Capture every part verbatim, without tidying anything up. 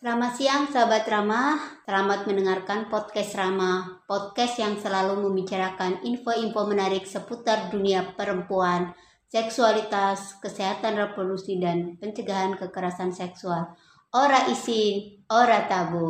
Selamat siang sahabat Rama, selamat mendengarkan podcast Rama, podcast yang selalu membicarakan info-info menarik seputar dunia perempuan, seksualitas, kesehatan reproduksi, dan pencegahan kekerasan seksual. Ora isin, ora tabu.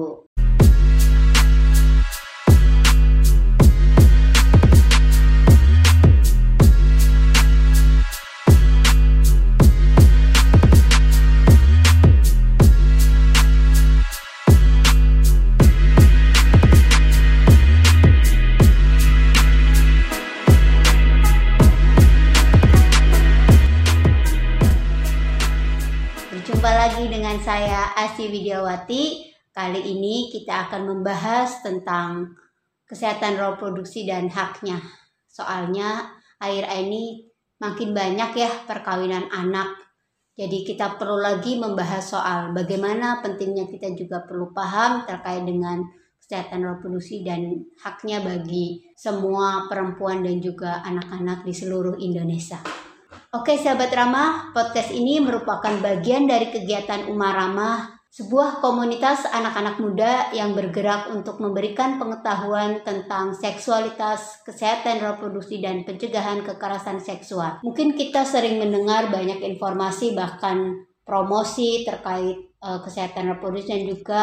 Berjumpa lagi dengan saya Asy Widiawati. Kali ini kita akan membahas tentang kesehatan reproduksi dan haknya. Soalnya akhir-akhir ini makin banyak ya perkawinan anak. Jadi kita perlu lagi membahas soal bagaimana pentingnya kita juga perlu paham terkait dengan kesehatan reproduksi dan haknya bagi semua perempuan dan juga anak-anak di seluruh Indonesia. Oke sahabat Rama, podcast ini merupakan bagian dari kegiatan Uma Rama, sebuah komunitas anak-anak muda yang bergerak untuk memberikan pengetahuan tentang seksualitas, kesehatan reproduksi, dan pencegahan kekerasan seksual. Mungkin kita sering mendengar banyak informasi bahkan promosi terkait uh, kesehatan reproduksi dan juga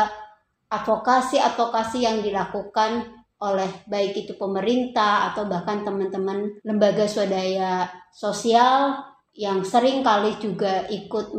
advokasi-advokasi yang dilakukan oleh baik itu pemerintah atau bahkan teman-teman lembaga swadaya sosial yang sering kali juga ikut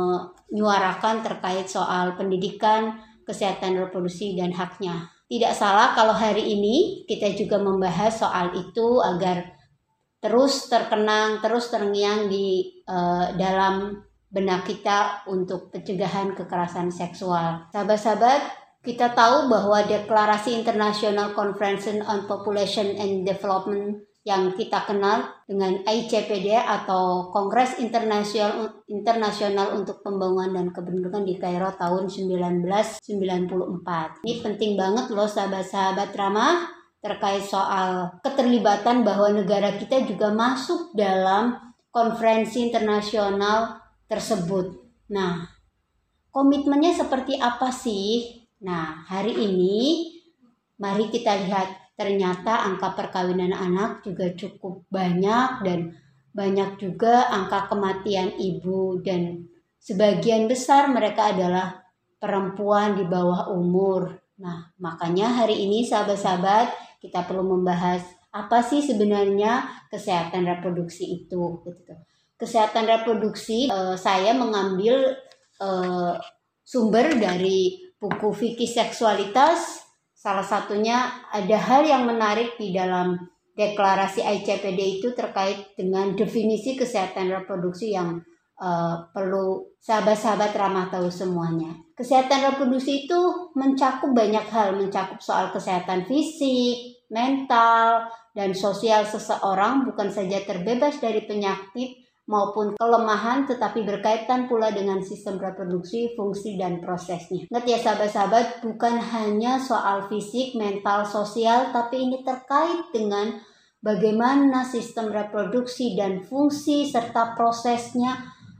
menyuarakan terkait soal pendidikan, kesehatan reproduksi dan haknya. Tidak salah kalau hari ini kita juga membahas soal itu agar terus terkenang, terus terngiang di uh, dalam benak kita untuk pencegahan kekerasan seksual. Sahabat-sahabat, kita tahu bahwa Deklarasi International Conference on Population and Development yang kita kenal dengan I C P D atau Kongres Internasional Internasional untuk Pembangunan dan Kebendukan di Kairo tahun seribu sembilan ratus sembilan puluh empat. Ini penting banget loh sahabat-sahabat Rama terkait soal keterlibatan bahwa negara kita juga masuk dalam konferensi internasional tersebut. Nah, komitmennya seperti apa sih? Nah, hari ini mari kita lihat ternyata angka perkawinan anak juga cukup banyak dan banyak juga angka kematian ibu dan sebagian besar mereka adalah perempuan di bawah umur. Nah, makanya hari ini sahabat-sahabat kita perlu membahas apa sih sebenarnya kesehatan reproduksi itu gitu. Kesehatan reproduksi eh, saya mengambil eh, sumber dari buku Fikih Seksualitas. Salah satunya ada hal yang menarik di dalam deklarasi I C P D itu terkait dengan definisi kesehatan reproduksi yang uh, perlu sahabat-sahabat ramah tahu semuanya. Kesehatan reproduksi itu mencakup banyak hal, mencakup soal kesehatan fisik, mental, dan sosial seseorang bukan saja terbebas dari penyakit maupun kelemahan tetapi berkaitan pula dengan sistem reproduksi, fungsi, dan prosesnya. Ingat ya sahabat-sahabat, bukan hanya soal fisik, mental, sosial, tapi ini terkait dengan bagaimana sistem reproduksi dan fungsi serta prosesnya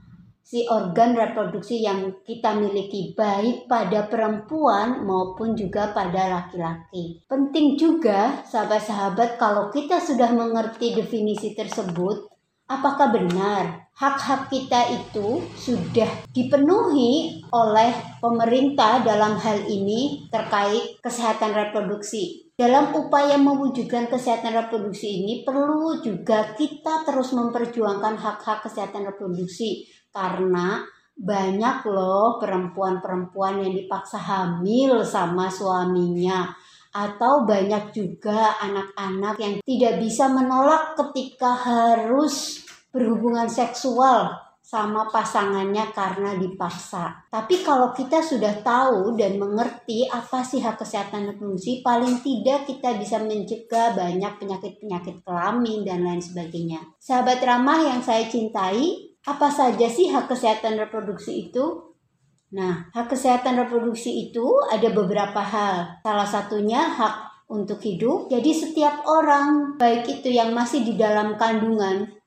si organ reproduksi yang kita miliki baik pada perempuan maupun juga pada laki-laki. Penting juga sahabat-sahabat kalau kita sudah mengerti definisi tersebut, apakah benar hak-hak kita itu sudah dipenuhi oleh pemerintah dalam hal ini terkait kesehatan reproduksi? Dalam upaya mewujudkan kesehatan reproduksi ini perlu juga kita terus memperjuangkan hak-hak kesehatan reproduksi karena banyak loh perempuan-perempuan yang dipaksa hamil sama suaminya. Atau banyak juga anak-anak yang tidak bisa menolak ketika harus berhubungan seksual sama pasangannya karena dipaksa. Tapi kalau kita sudah tahu dan mengerti apa sih hak kesehatan reproduksi, paling tidak kita bisa mencegah banyak penyakit-penyakit kelamin dan lain sebagainya. Sahabat ramah yang saya cintai, apa saja sih hak kesehatan reproduksi itu? Nah, hak kesehatan reproduksi itu ada beberapa hal. Salah satunya hak untuk hidup. Jadi setiap orang, baik itu yang masih di dalam kandungan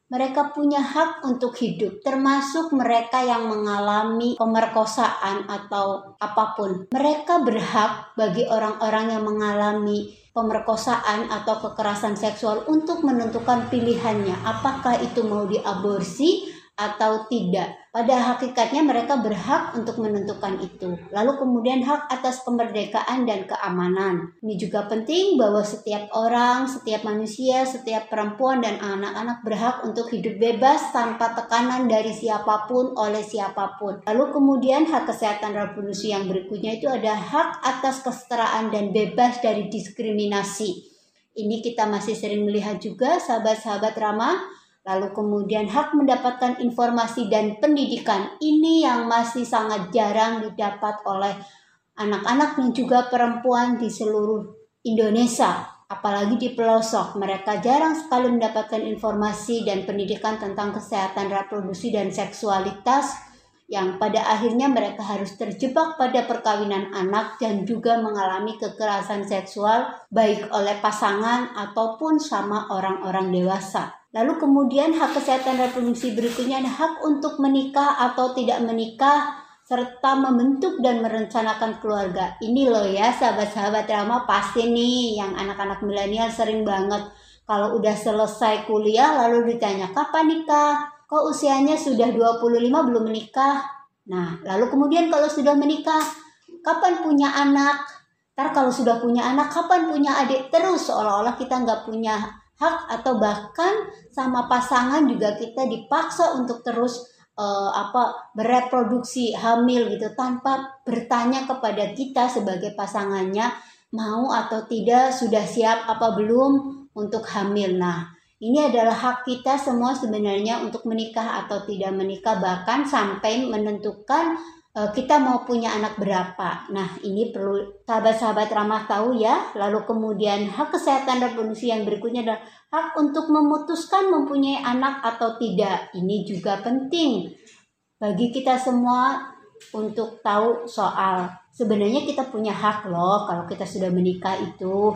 Mereka punya hak untuk hidup, termasuk mereka yang mengalami pemerkosaan atau apapun. Mereka berhak bagi orang-orang yang mengalami pemerkosaan atau kekerasan seksual untuk menentukan pilihannya, apakah itu mau diaborsi atau tidak. Pada hakikatnya mereka berhak untuk menentukan itu. Lalu kemudian hak atas kemerdekaan dan keamanan. Ini juga penting bahwa setiap orang, setiap manusia, setiap perempuan dan anak-anak berhak untuk hidup bebas tanpa tekanan dari siapapun oleh siapapun. Lalu kemudian hak kesehatan reproduksi yang berikutnya itu ada hak atas kesetaraan dan bebas dari diskriminasi. Ini kita masih sering melihat juga sahabat-sahabat Rama. Lalu kemudian hak mendapatkan informasi dan pendidikan. Ini yang masih sangat jarang didapat oleh anak-anak dan juga perempuan di seluruh Indonesia. Apalagi di pelosok, mereka jarang sekali mendapatkan informasi dan pendidikan tentang kesehatan reproduksi dan seksualitas, yang pada akhirnya mereka harus terjebak pada perkawinan anak dan juga mengalami kekerasan seksual baik oleh pasangan ataupun sama orang-orang dewasa. Lalu kemudian hak kesehatan reproduksi berikutnya ada hak untuk menikah atau tidak menikah serta membentuk dan merencanakan keluarga. Ini loh ya sahabat-sahabat Rama, pasti nih yang anak-anak milenial sering banget kalau udah selesai kuliah lalu ditanya kapan nikah? Kok usianya sudah dua puluh lima belum menikah? Nah, lalu kemudian kalau sudah menikah, kapan punya anak? Ntar kalau sudah punya anak, kapan punya adik? Terus seolah-olah kita nggak punya hak, atau bahkan sama pasangan juga kita dipaksa untuk terus uh, apa bereproduksi, hamil gitu, tanpa bertanya kepada kita sebagai pasangannya mau atau tidak, sudah siap apa belum untuk hamil. Nah, ini adalah hak kita semua sebenarnya untuk menikah atau tidak menikah, bahkan sampai menentukan uh, kita mau punya anak berapa. Nah, ini perlu sahabat-sahabat Ramah tahu ya. Lalu kemudian hak kesehatan reproduksi yang berikutnya adalah hak untuk memutuskan mempunyai anak atau tidak. Ini juga penting bagi kita semua untuk tahu soal sebenarnya kita punya hak loh kalau kita sudah menikah itu.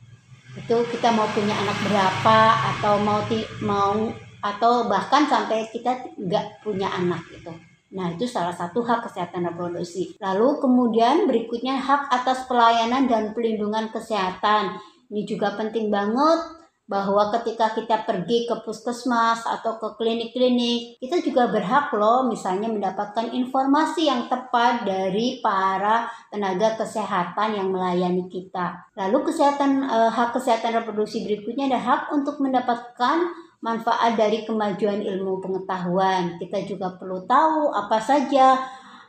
Itu kita mau punya anak berapa atau mau ti, mau atau bahkan sampai kita nggak punya anak gitu. Nah, itu salah satu hak kesehatan reproduksi. Lalu kemudian berikutnya hak atas pelayanan dan pelindungan kesehatan. Ini juga penting banget bahwa ketika kita pergi ke puskesmas atau ke klinik-klinik, kita juga berhak loh misalnya mendapatkan informasi yang tepat dari para tenaga kesehatan yang melayani kita. Lalu kesehatan eh, hak kesehatan reproduksi berikutnya ada hak untuk mendapatkan manfaat dari kemajuan ilmu pengetahuan. Kita juga perlu tahu apa saja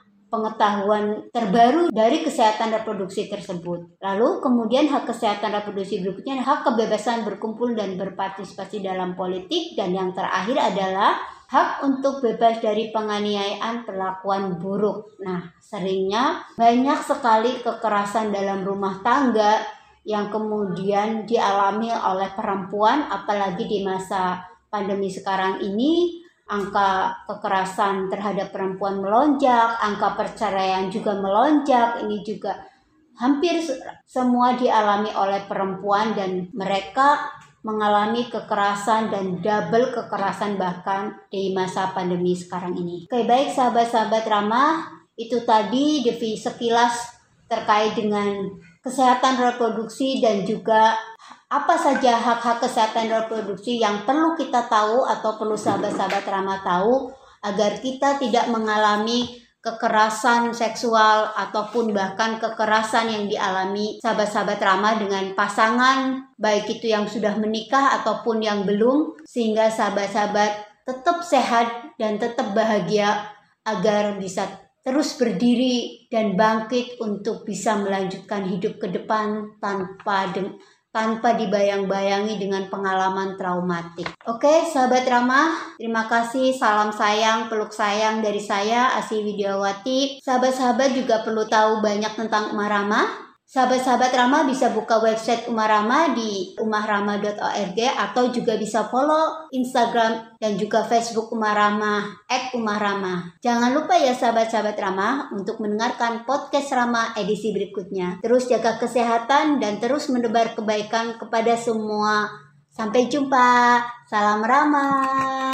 pengetahuan terbaru dari kesehatan reproduksi tersebut. Lalu kemudian hak kesehatan reproduksi berikutnya hak kebebasan berkumpul dan berpartisipasi dalam politik, dan yang terakhir adalah hak untuk bebas dari penganiayaan perlakuan buruk. Nah, seringnya banyak sekali kekerasan dalam rumah tangga yang kemudian dialami oleh perempuan, apalagi di masa pandemi sekarang ini. Angka kekerasan terhadap perempuan melonjak, angka perceraian juga melonjak. Ini juga hampir semua dialami oleh perempuan dan mereka mengalami kekerasan dan double kekerasan bahkan di masa pandemi sekarang ini. Oke, baik sahabat-sahabat Ramah, itu tadi Devi sekilas terkait dengan kesehatan reproduksi dan juga apa saja hak-hak kesehatan reproduksi yang perlu kita tahu atau perlu sahabat-sahabat Ramah tahu agar kita tidak mengalami kekerasan seksual ataupun bahkan kekerasan yang dialami sahabat-sahabat Ramah dengan pasangan, baik itu yang sudah menikah ataupun yang belum, sehingga sahabat-sahabat tetap sehat dan tetap bahagia agar bisa terus berdiri dan bangkit untuk bisa melanjutkan hidup ke depan tanpa de- tanpa dibayang-bayangi dengan pengalaman traumatik. Oke, sahabat Ramah, terima kasih, salam sayang, peluk sayang dari saya, Asih Widiawati. Sahabat-sahabat juga perlu tahu banyak tentang Umah Ramah. Sahabat-sahabat Ramah bisa buka website Umah Ramah di umah ramah dot org atau juga bisa follow Instagram dan juga Facebook Umah Ramah et umah ramah. Jangan lupa ya sahabat-sahabat Ramah untuk mendengarkan podcast Ramah edisi berikutnya. Terus jaga kesehatan dan terus menebar kebaikan kepada semua. Sampai jumpa. Salam Ramah.